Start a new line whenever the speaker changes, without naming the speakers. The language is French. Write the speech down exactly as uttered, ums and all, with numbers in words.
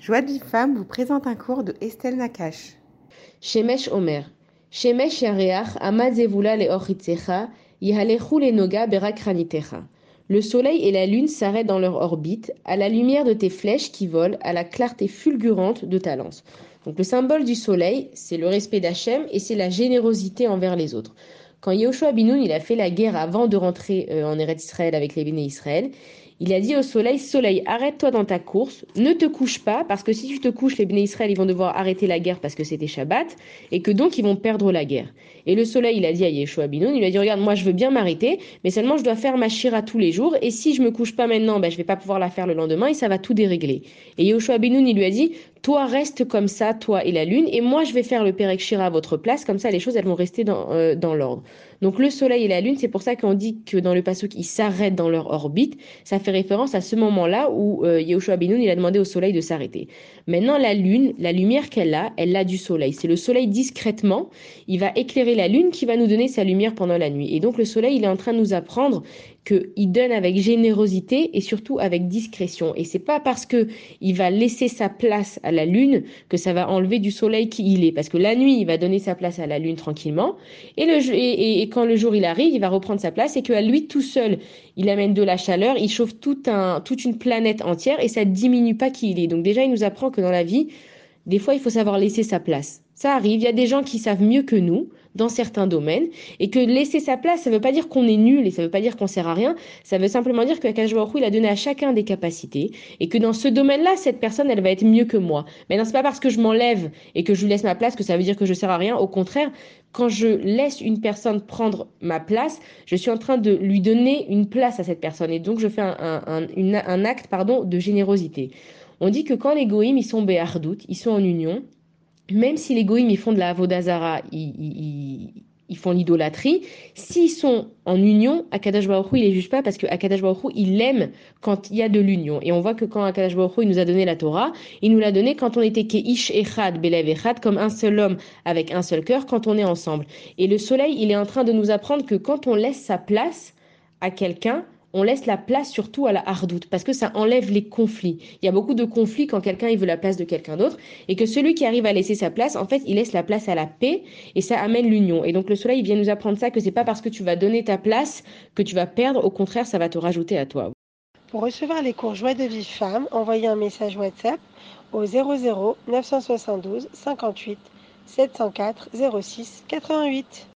Joie de vie femme vous présente un cours de Estelle Nakache.
Shemesh Omer. Shemesh yareach amad zevula leochitzecha yihalechu lenoga berakranitecha. Le soleil et la lune s'arrêtent dans leur orbite, à la lumière de tes flèches qui volent, à la clarté fulgurante de ta lance. Donc le symbole du soleil, c'est le respect d'Hachem et c'est la générosité envers les autres. Quand Yehoshua Binoun il a fait la guerre avant de rentrer euh, en Eretz Israël avec les Béné Israël, il a dit au soleil, soleil, arrête-toi dans ta course, ne te couche pas, parce que si tu te couches, les Béné Israël ils vont devoir arrêter la guerre parce que c'était Shabbat, et que donc ils vont perdre la guerre. Et le soleil, il a dit à Yehoshua Binoun, il lui a dit, regarde, moi je veux bien m'arrêter, mais seulement je dois faire ma shira tous les jours, et si je me couche pas maintenant, ben, je vais pas pouvoir la faire le lendemain, et ça va tout dérégler. Et Yehoshua Binoun, il lui a dit, toi reste comme ça, toi et la lune, et moi je vais faire le Perek Shira à votre place, comme ça les choses elles vont rester dans, euh, dans l'ordre. Donc le soleil et la lune, c'est pour ça qu'on dit que dans le pasuk ils s'arrêtent dans leur orbite, ça fait référence à ce moment-là où euh, Yehoshua Binoun il a demandé au soleil de s'arrêter. Maintenant la lune, la lumière qu'elle a, elle a du soleil. C'est le soleil discrètement, il va éclairer la lune qui va nous donner sa lumière pendant la nuit. Et donc le soleil il est en train de nous apprendre qu'il donne avec générosité et surtout avec discrétion. Et c'est pas parce que il va laisser sa place à la lune que ça va enlever du soleil qui il est. Parce que la nuit, il va donner sa place à la lune tranquillement. Et, le, et, et, et quand le jour il arrive, il va reprendre sa place et qu'à lui tout seul, il amène de la chaleur, il chauffe tout un, toute une planète entière et ça diminue pas qui il est. Donc déjà, il nous apprend que dans la vie, des fois, il faut savoir laisser sa place. Ça arrive, il y a des gens qui savent mieux que nous dans certains domaines et que laisser sa place, ça ne veut pas dire qu'on est nul et ça ne veut pas dire qu'on sert à rien. Ça veut simplement dire que Akash Baruch Hu, il a donné à chacun des capacités et que dans ce domaine-là, cette personne, elle va être mieux que moi. Mais non, c'est pas parce que je m'enlève et que je lui laisse ma place que ça veut dire que je sers à rien. Au contraire, quand je laisse une personne prendre ma place, je suis en train de lui donner une place à cette personne et donc je fais un, un, un, une, un acte pardon, de générosité. On dit que quand les goïms ils sont béhardout, ils sont en union, même si les goïms ils font de la avodazara, ils, ils, ils, ils font l'idolâtrie, s'ils sont en union, Akadosh Baruch Hu, il les juge pas parce que Akadosh Baruch Hu, il aime quand il y a de l'union. Et on voit que quand Akadosh Baruch Hu, il nous a donné la Torah, il nous l'a donné quand on était Keish Echad, Belev Echad, comme un seul homme avec un seul cœur, quand on est ensemble. Et le soleil, il est en train de nous apprendre que quand on laisse sa place à quelqu'un, on laisse la place surtout à la hardoute, parce que ça enlève les conflits. Il y a beaucoup de conflits quand quelqu'un il veut la place de quelqu'un d'autre, et que celui qui arrive à laisser sa place, en fait, il laisse la place à la paix, et ça amène l'union. Et donc le soleil, il vient nous apprendre ça, que c'est pas parce que tu vas donner ta place que tu vas perdre, au contraire, ça va te rajouter à toi.
Pour recevoir les cours Joie de vie femme, envoyez un message WhatsApp au zéro zéro neuf cent soixante-douze cinquante-huit sept cent quatre zéro six quatre-vingt-huit.